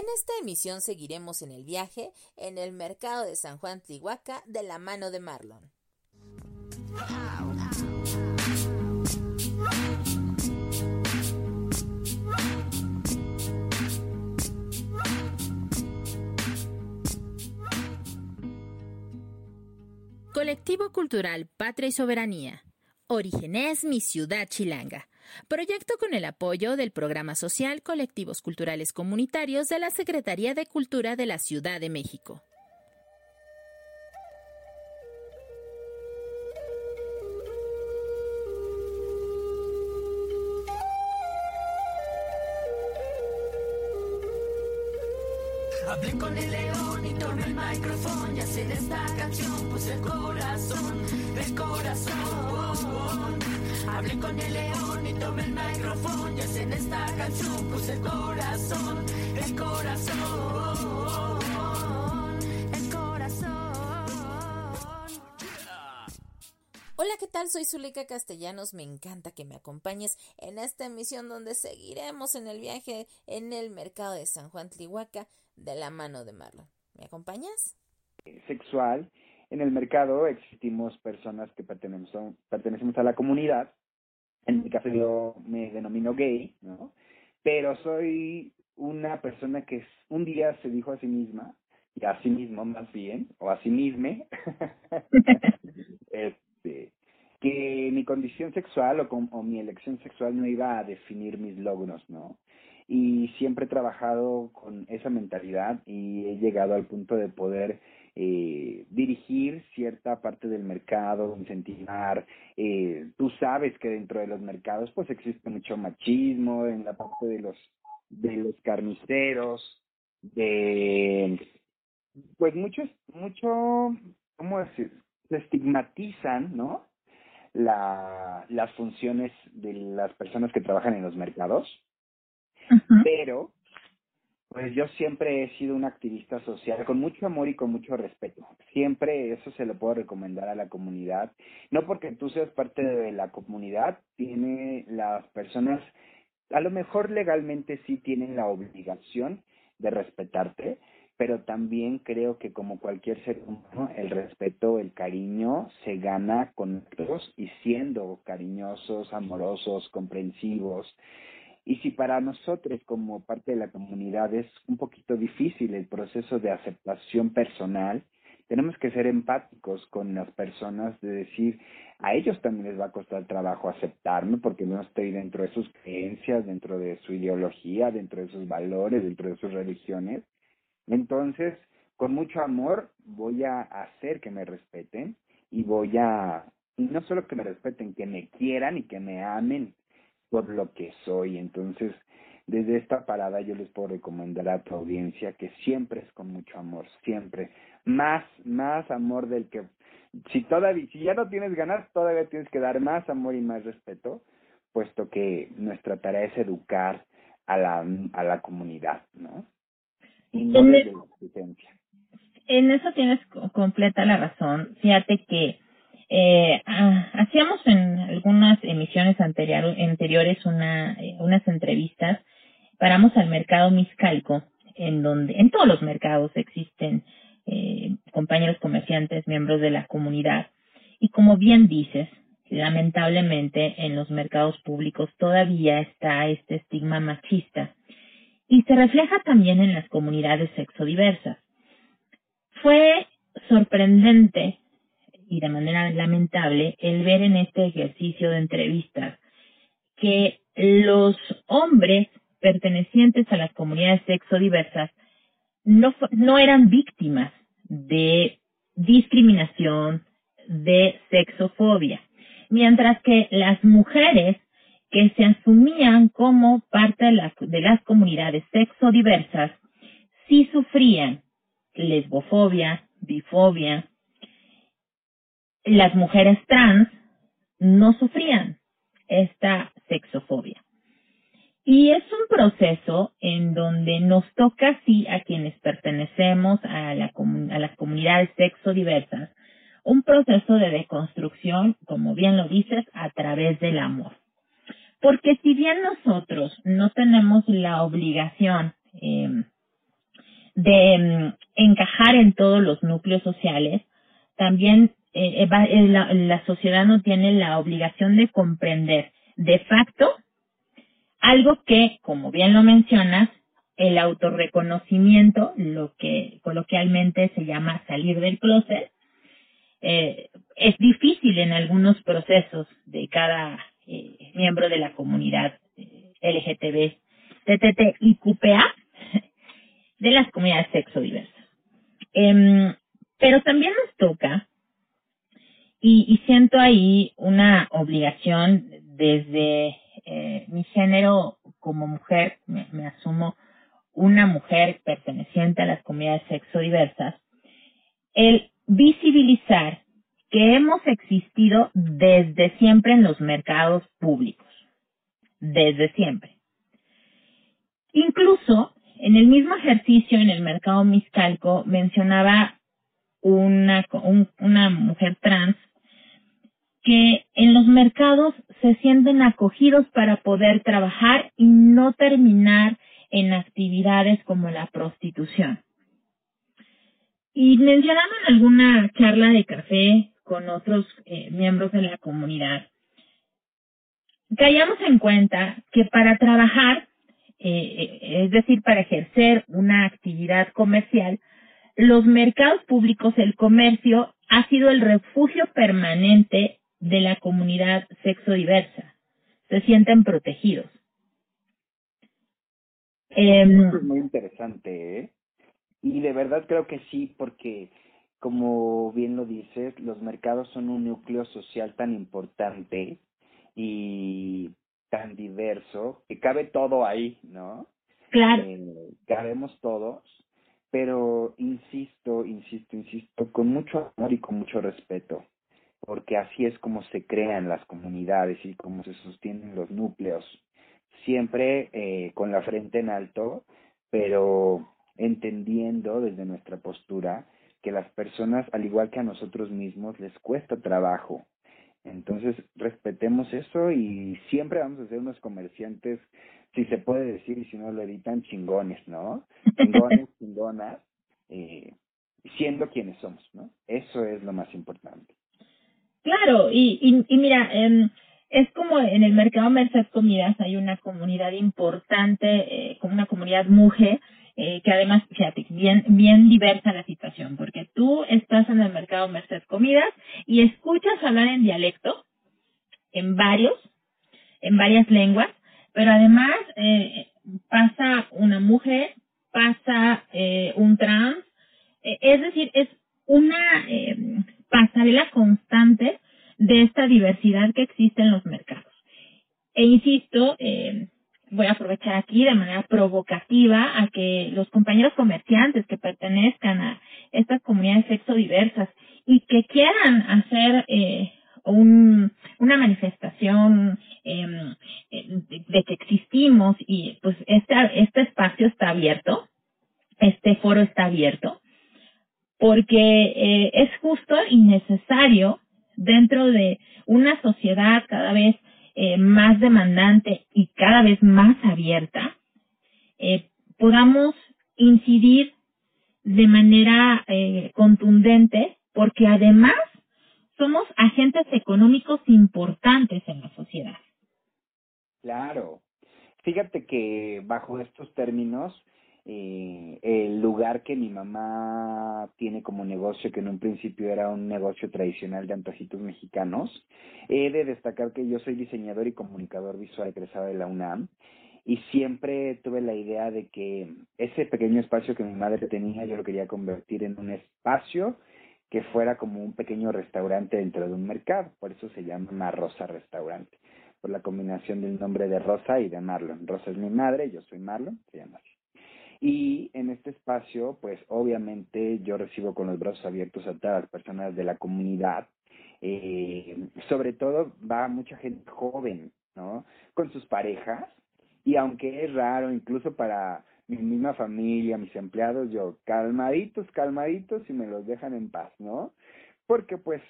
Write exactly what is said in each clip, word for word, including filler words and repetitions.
esta emisión seguiremos en el viaje en el mercado de San Juan Tlihuaca de la mano de Marlon. Colectivo Cultural Patria y Soberanía. Orígenes Mi Ciudad Chilanga. Proyecto con el apoyo del Programa Social Colectivos Culturales Comunitarios de la Secretaría de Cultura de la Ciudad de México. Hablé con el león y tomé el micrófono, ya sé de esta canción, pues el corazón, el corazón. Hablé con el león y tomé el micrófono, ya sé de esta canción, pues el corazón, el corazón, el corazón. Hola, ¿qué tal? Soy Zuleika Castellanos, me encanta que me acompañes en esta emisión donde seguiremos en el viaje en el mercado de San Juan Tlihuaca de la mano de Marlon. ¿Me acompañas? Sexual. En el mercado existimos personas que pertenecemos, pertenecemos a la comunidad. En mi caso yo me denomino gay, ¿no? Pero soy una persona que un día se dijo a sí misma, y a sí mismo más bien, o a sí misme, este, que mi condición sexual o, con, o mi elección sexual no iba a definir mis logros, ¿no? Y siempre he trabajado con esa mentalidad y he llegado al punto de poder eh, dirigir cierta parte del mercado, incentivar. Eh, tú sabes que dentro de los mercados pues existe mucho machismo en la parte de los de los carniceros, de pues muchos mucho, ¿cómo decir? Se estigmatizan, ¿no? La, las funciones de las personas que trabajan en los mercados. Uh-huh. Pero, pues yo siempre he sido un activista social con mucho amor y con mucho respeto. Siempre eso se lo puedo recomendar a la comunidad. No porque tú seas parte de la comunidad, tiene las personas, a lo mejor legalmente sí tienen la obligación de respetarte, pero también creo que como cualquier ser humano, el respeto, el cariño se gana con otros y siendo cariñosos, amorosos, comprensivos. Y si para nosotros como parte de la comunidad es un poquito difícil el proceso de aceptación personal, tenemos que ser empáticos con las personas, de decir, a ellos también les va a costar trabajo aceptarme porque no estoy dentro de sus creencias, dentro de su ideología, dentro de sus valores, dentro de sus religiones. Entonces, con mucho amor voy a hacer que me respeten y voy a, y no solo que me respeten, que me quieran y que me amen por lo que soy. Entonces, desde esta parada yo les puedo recomendar a tu audiencia que siempre es con mucho amor, siempre. Más, más amor del que, si todavía, si ya no tienes ganas, todavía tienes que dar más amor y más respeto, puesto que nuestra tarea es educar a la, a la comunidad, ¿no? Y no desde la exigencia. En eso tienes completa la razón. Fíjate que Eh, ah, hacíamos en algunas emisiones anterior, anteriores una, eh, unas entrevistas, paramos al mercado Mixcalco, en donde en todos los mercados existen eh, compañeros comerciantes, miembros de la comunidad, y como bien dices, lamentablemente en los mercados públicos todavía está este estigma machista, y se refleja también en las comunidades sexodiversas. Fue sorprendente y de manera lamentable el ver en este ejercicio de entrevistas que los hombres pertenecientes a las comunidades sexodiversas no, no eran víctimas de discriminación, de sexofobia, mientras que las mujeres que se asumían como parte de las, de las comunidades sexodiversas sí sufrían lesbofobia, bifobia. Las mujeres trans no sufrían esta sexofobia. Y es un proceso en donde nos toca, sí, a quienes pertenecemos a, la, a las comunidades sexodiversas, un proceso de deconstrucción, como bien lo dices, a través del amor. Porque si bien nosotros no tenemos la obligación eh, de um, encajar en todos los núcleos sociales, también eh, va, eh, la, la sociedad no tiene la obligación de comprender de facto algo que, como bien lo mencionas, el autorreconocimiento, lo que coloquialmente se llama salir del closet, eh, es difícil en algunos procesos de cada eh, miembro de la comunidad eh, L G T B, T T T y Q P A de las comunidades sexodiversas. Eh, pero también nos toca, y, y siento ahí una obligación desde eh, mi género como mujer, me, me asumo una mujer perteneciente a las comunidades sexodiversas, el visibilizar que hemos existido desde siempre en los mercados públicos, desde siempre. Incluso, en el mismo ejercicio en el mercado Miscalco, mencionaba una, un, una mujer trans que en los mercados se sienten acogidos para poder trabajar y no terminar en actividades como la prostitución. Y mencionaban alguna charla de café con otros eh, miembros de la comunidad. Caigamos en cuenta que para trabajar, eh, es decir, para ejercer una actividad comercial, los mercados públicos, el comercio, ha sido el refugio permanente de la comunidad sexodiversa. Se sienten protegidos. Eh, Eso es muy interesante, ¿eh? Y de verdad creo que sí, porque como bien lo dices, los mercados son un núcleo social tan importante y tan diverso, que cabe todo ahí, ¿no? Claro. Eh, cabemos todos, pero insisto, insisto, insisto, con mucho amor y con mucho respeto, porque así es como se crean las comunidades y como se sostienen los núcleos, siempre eh, con la frente en alto, pero entendiendo desde nuestra postura que las personas, al igual que a nosotros mismos, les cuesta trabajo. Entonces, respetemos eso y siempre vamos a ser unos comerciantes, si se puede decir, y si no lo editan, chingones, ¿no? Chingones, chingonas, eh, siendo quienes somos, ¿no? Eso es lo más importante. Claro, y, y, y mira, eh, es como en el mercado Merced Comidas hay una comunidad importante, eh, como una comunidad mujer, eh, que además, fíjate, bien, bien diversa la situación, porque tú estás en el mercado Merced Comidas y escuchas hablar en dialecto, en varios, en varias lenguas, pero además eh, pasa una mujer, pasa eh, un trans, eh, es decir, es una eh, pasarela constante de esta diversidad que existe en los mercados. E insisto, eh, voy a aprovechar aquí de manera provocativa a que los compañeros comerciantes que pertenezcan a estas comunidades sexodiversas y que quieran hacer eh, un, una manifestación eh, de, de que existimos y pues este, este espacio está abierto, este foro está abierto, porque eh, es justo y necesario dentro de una sociedad cada vez eh, más demandante y cada vez más abierta, eh, podamos incidir de manera eh, contundente, porque además somos agentes económicos importantes en la sociedad. Claro. Fíjate que bajo estos términos, eh, el lugar que mi mamá tiene como negocio, que en un principio era un negocio tradicional de antojitos mexicanos, he de destacar que yo soy diseñador y comunicador visual egresado de la UNAM, y siempre tuve la idea de que ese pequeño espacio que mi madre tenía, yo lo quería convertir en un espacio que fuera como un pequeño restaurante dentro de un mercado. Por eso se llama Rosa Restaurante, por la combinación del nombre de Rosa y de Marlon. Rosa es mi madre, yo soy Marlon, se llama así. Y en este espacio, pues obviamente yo recibo con los brazos abiertos a todas las personas de la comunidad. Eh, sobre todo va mucha gente joven, ¿no? Con sus parejas. Y aunque es raro, incluso para mi misma familia, mis empleados, yo calmaditos, calmaditos y me los dejan en paz, ¿no? Porque pues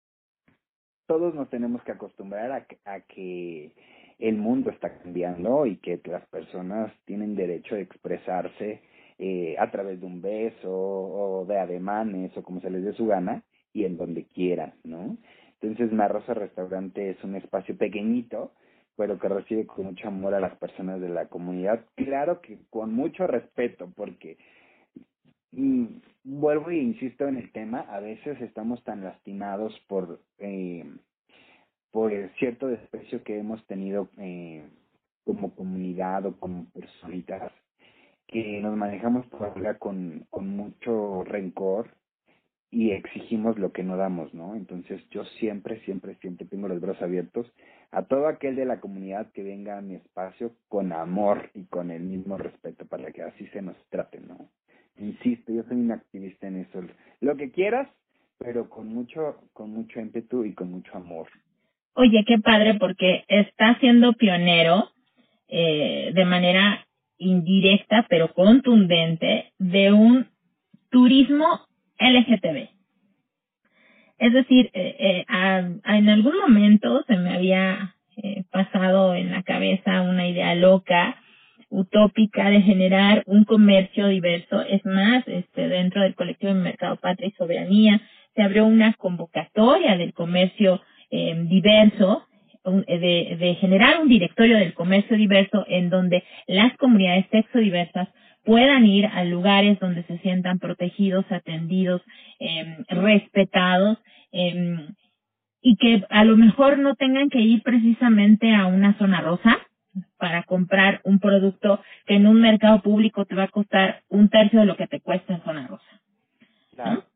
todos nos tenemos que acostumbrar a, a que el mundo está cambiando y que las personas tienen derecho a expresarse eh, a través de un beso o de ademanes o como se les dé su gana y en donde quieran, ¿no? Entonces, Marrosa Restaurante es un espacio pequeñito, pero que recibe con mucho amor a las personas de la comunidad. Claro que con mucho respeto, porque y vuelvo e insisto en el tema, a veces estamos tan lastimados por eh, por el cierto desprecio que hemos tenido eh, como comunidad o como personitas, que nos manejamos por ahora con, con mucho rencor y exigimos lo que no damos, ¿no? Entonces yo siempre, siempre, siempre tengo los brazos abiertos a todo aquel de la comunidad que venga a mi espacio con amor y con el mismo respeto para que así se nos trate, ¿no? Insisto, yo soy un activista en eso. Lo que quieras, pero con mucho, con mucho ímpetu y con mucho amor. Oye, qué padre, porque está siendo pionero eh, de manera indirecta, pero contundente, de un turismo L G T B. Es decir, eh, eh, a, a, en algún momento se me había eh, pasado en la cabeza una idea loca, utópica, de generar un comercio diverso. Es más, este, dentro del colectivo de Mercado Patria y Soberanía se abrió una convocatoria del comercio eh, diverso, un, de, de generar un directorio del comercio diverso en donde las comunidades sexodiversas puedan ir a lugares donde se sientan protegidos, atendidos, eh, respetados, eh, y que a lo mejor no tengan que ir precisamente a una zona rosa para comprar un producto que en un mercado público te va a costar un tercio de lo que te cuesta en zona rosa. Claro. ¿No?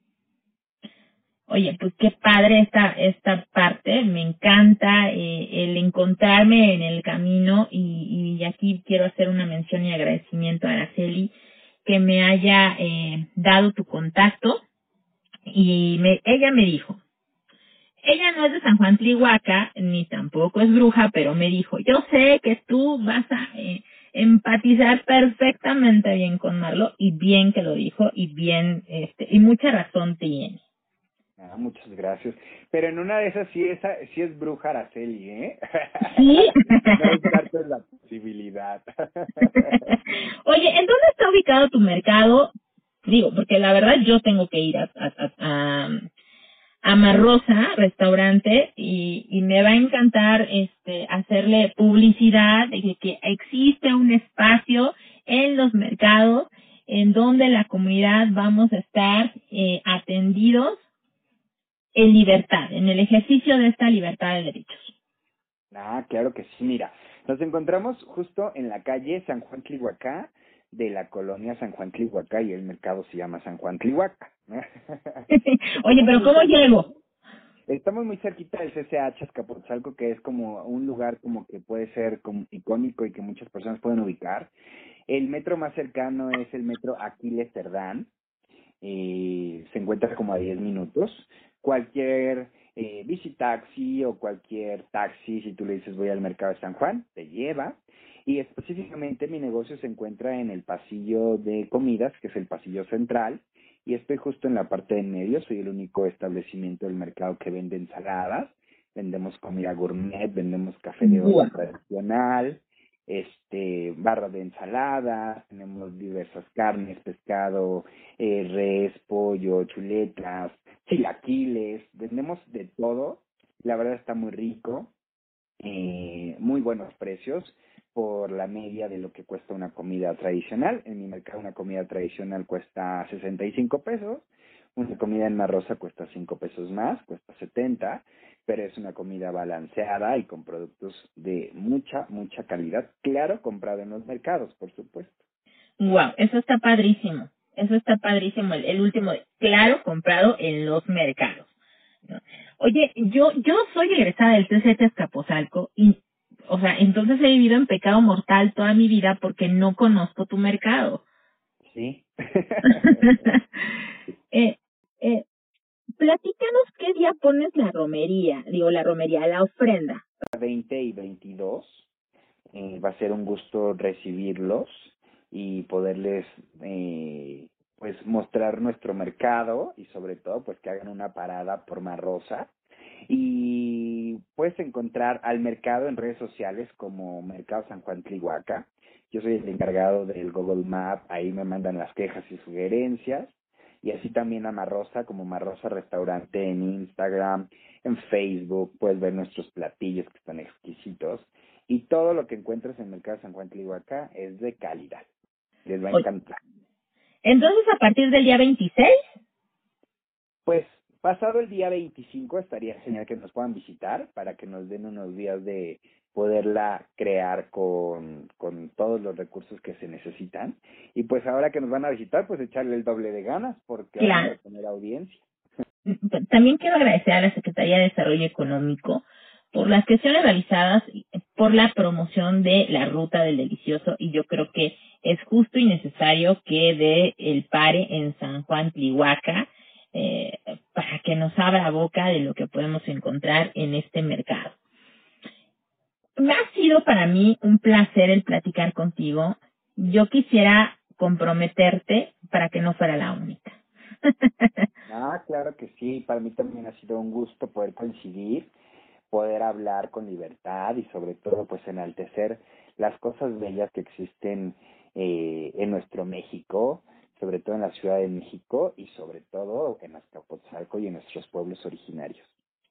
Oye, pues qué padre esta esta parte, me encanta eh, el encontrarme en el camino y, y aquí quiero hacer una mención y agradecimiento a Araceli que me haya eh, dado tu contacto y me, ella me dijo, ella no es de San Juan Tlihuaca ni tampoco es bruja, pero me dijo, yo sé que tú vas a eh, empatizar perfectamente bien con Marlo y bien que lo dijo y bien este y mucha razón tiene. Ah, muchas gracias. Pero en una de esas sí es, sí es bruja Araceli, ¿eh? Sí. No descartes la posibilidad. Oye, ¿en dónde está ubicado tu mercado? Digo, porque la verdad yo tengo que ir a, a, a, a, a Marrosa Restaurante y, y me va a encantar este hacerle publicidad de que, que existe un espacio en los mercados en donde la comunidad vamos a estar eh, atendidos en libertad, en el ejercicio de esta libertad de derechos. Ah, claro que sí, mira. Nos encontramos justo en la calle San Juan Tlihuacá, de la colonia San Juan Tlihuacá, y el mercado se llama San Juan Tlihuacá. Oye, pero ¿cómo llego? Estamos muy cerquita del C C H Azcapotzalco, que es como un lugar como que puede ser como icónico y que muchas personas pueden ubicar. El metro más cercano es el metro Aquiles Cerdán. Eh, se encuentra como a diez minutos. Cualquier eh, bicitaxi o cualquier taxi, si tú le dices voy al mercado de San Juan, te lleva. Y específicamente mi negocio se encuentra en el pasillo de comidas, que es el pasillo central, y estoy justo en la parte de en medio. Soy el único establecimiento del mercado que vende ensaladas. Vendemos comida gourmet, vendemos café de olla tradicional, este barra de ensalada, tenemos diversas carnes, pescado, eh, res, pollo, chuletas, chilaquiles, vendemos de todo. La verdad está muy rico, eh, muy buenos precios por la media de lo que cuesta una comida tradicional. En mi mercado una comida tradicional cuesta sesenta y cinco pesos, una comida en Marrosa cuesta cinco pesos más, cuesta setenta, pero es una comida balanceada y con productos de mucha, mucha calidad. Claro, comprado en los mercados, por supuesto. Wow, eso está padrísimo. Eso está padrísimo. El, el último, claro, comprado en los mercados. ¿No? Oye, yo yo soy egresada del C C H Azcapotzalco y, o sea, entonces he vivido en pecado mortal toda mi vida porque no conozco tu mercado. Sí. eh, eh, platícanos qué día pones la romería, digo la romería, la ofrenda. veinte y veintidós, eh, va a ser un gusto recibirlos y poderles eh, pues mostrar nuestro mercado y sobre todo pues que hagan una parada por Marrosa y puedes encontrar al mercado en redes sociales como Mercado San Juan Tlihuaca. yo soy el encargado del Google Map, ahí me mandan las quejas y sugerencias, y así también a Marrosa, como Marrosa Restaurante en Instagram, en Facebook, puedes ver nuestros platillos que están exquisitos, y todo lo que encuentres en el Mercado San Juan Tlihuaca es de calidad, les va a encantar. Entonces, a partir del día veintiséis... Pues pasado el día veinticinco estaría genial que nos puedan visitar para que nos den unos días de poderla crear con, con todos los recursos que se necesitan. Y pues ahora que nos van a visitar, pues echarle el doble de ganas porque claro. vamos a tener audiencia. También quiero agradecer a la Secretaría de Desarrollo Económico por las gestiones realizadas, por la promoción de la Ruta del Delicioso, y yo creo que es justo y necesario que dé el pare en San Juan Tlihuaca eh, para que nos abra boca de lo que podemos encontrar en este mercado. Me ha sido para mí un placer el platicar contigo. Yo quisiera comprometerte para que no fuera la única. Ah, claro que sí, para mí también ha sido un gusto poder coincidir, poder hablar con libertad y sobre todo pues enaltecer las cosas bellas que existen eh, en nuestro México, sobre todo en la Ciudad de México y sobre todo en Azcapotzalco y en nuestros pueblos originarios.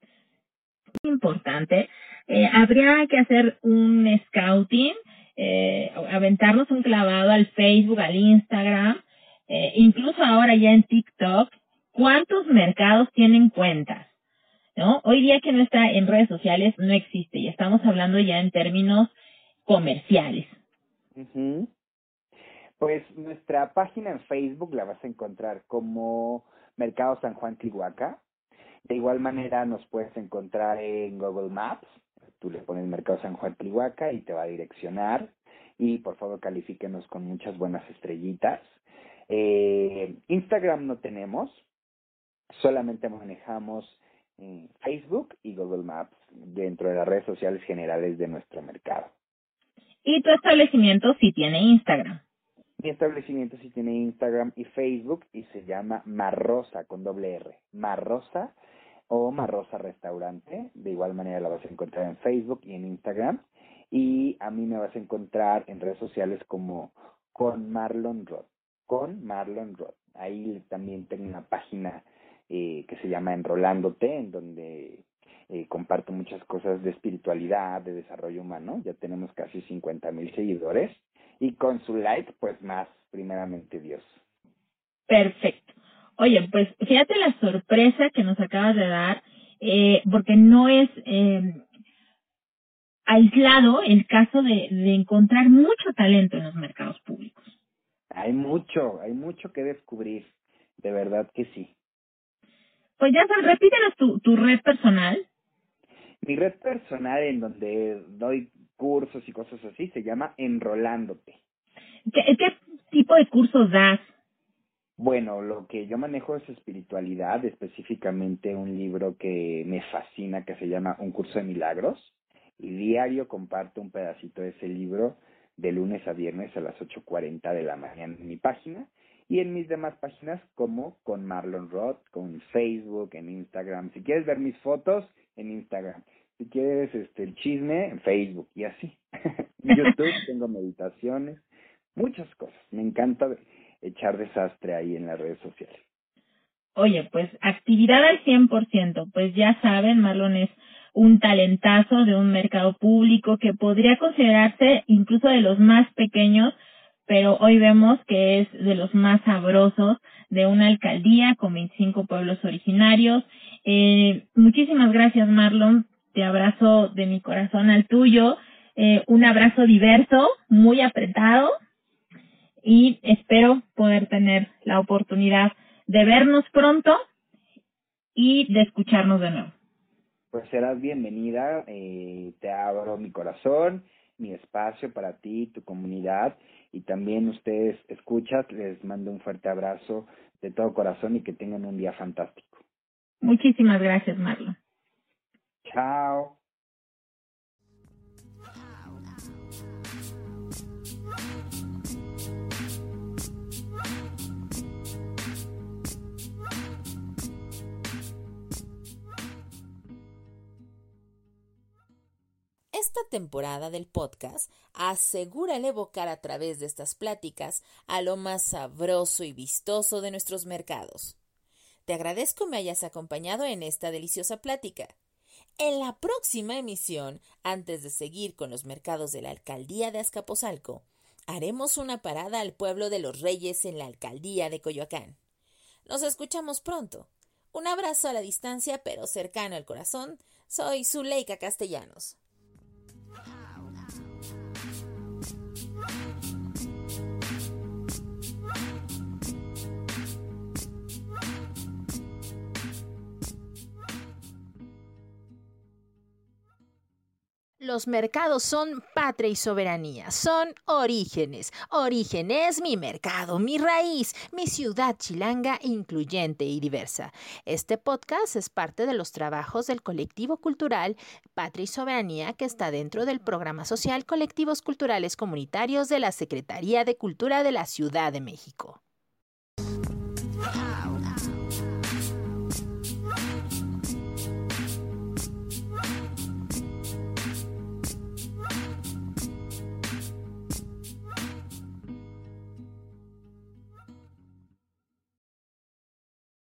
Importante, eh, habría que hacer un scouting, eh, aventarnos un clavado al Facebook, al Instagram, eh, incluso ahora ya en TikTok, ¿cuántos mercados tienen cuentas? ¿No? Hoy día que no está en redes sociales no existe, y estamos hablando ya en términos comerciales. Uh-huh. Pues nuestra página en Facebook la vas a encontrar como Mercado San Juan Tlihuaca. De igual manera nos puedes encontrar en Google Maps. Tú le pones Mercado San Juan Tlihuaca y te va a direccionar. Y por favor califíquenos con muchas buenas estrellitas. Eh, Instagram no tenemos. Solamente manejamos eh, Facebook y Google Maps dentro de las redes sociales generales de nuestro mercado. Y tu establecimiento sí tiene Instagram. Mi establecimiento sí tiene Instagram y Facebook y se llama Marrosa con doble R. Marrosa o Marrosa Restaurante. De igual manera la vas a encontrar en Facebook y en Instagram. Y a mí me vas a encontrar en redes sociales como con Marlon Roth. Con Marlon Roth. Ahí también tengo una página eh, que se llama Enrolándote, en donde eh, comparto muchas cosas de espiritualidad, de desarrollo humano. Ya tenemos casi cincuenta mil seguidores. Y con su like, pues más, primeramente Dios. Perfecto. Oye, pues fíjate la sorpresa que nos acabas de dar, eh, porque no es eh, aislado el caso de, de encontrar mucho talento en los mercados públicos. Hay mucho, hay mucho que descubrir, de verdad que sí. Pues ya sabes, repítenos tu, tu red personal. Mi red personal en donde doy cursos y cosas así se llama Enrolándote. ¿Qué, qué tipo de cursos das? Bueno, lo que yo manejo es espiritualidad, específicamente un libro que me fascina que se llama Un Curso de Milagros, y diario comparto un pedacito de ese libro de lunes a viernes a las ocho cuarenta de la mañana en mi página y en mis demás páginas como con Marlon Roth, con Facebook, en Instagram. Si quieres ver mis fotos, en Instagram. Si quieres este el chisme, en Facebook y así. En YouTube tengo meditaciones, muchas cosas. Me encanta echar desastre ahí en las redes sociales. Oye, pues actividad al cien por ciento. Pues ya saben, Marlon es un talentazo de un mercado público que podría considerarse incluso de los más pequeños, pero hoy vemos que es de los más sabrosos de una alcaldía con veinticinco pueblos originarios. Eh, muchísimas gracias, Marlon. Te abrazo de mi corazón al tuyo. Eh, un abrazo diverso, muy apretado, y espero poder tener la oportunidad de vernos pronto y de escucharnos de nuevo. Pues serás bienvenida, eh, te abro mi corazón, mi espacio para ti, tu comunidad, y también ustedes escuchas, les mando un fuerte abrazo de todo corazón y que tengan un día fantástico. Muchísimas gracias, Marlon. Chao. esta temporada del podcast asegura el evocar a través de estas pláticas a lo más sabroso y vistoso de nuestros mercados. Te agradezco me hayas acompañado en esta deliciosa plática. En la próxima emisión, antes de seguir con los mercados de la Alcaldía de Azcapotzalco, haremos una parada al pueblo de los Reyes en la Alcaldía de Coyoacán. Nos escuchamos pronto. Un abrazo a la distancia, pero cercano al corazón. Soy Zuleika Castellanos. Los mercados son patria y soberanía, son orígenes. Origen es mi mercado, mi raíz, mi ciudad chilanga incluyente y diversa. Este podcast es parte de los trabajos del colectivo cultural Patria y Soberanía, que está dentro del programa social Colectivos Culturales Comunitarios de la Secretaría de Cultura de la Ciudad de México.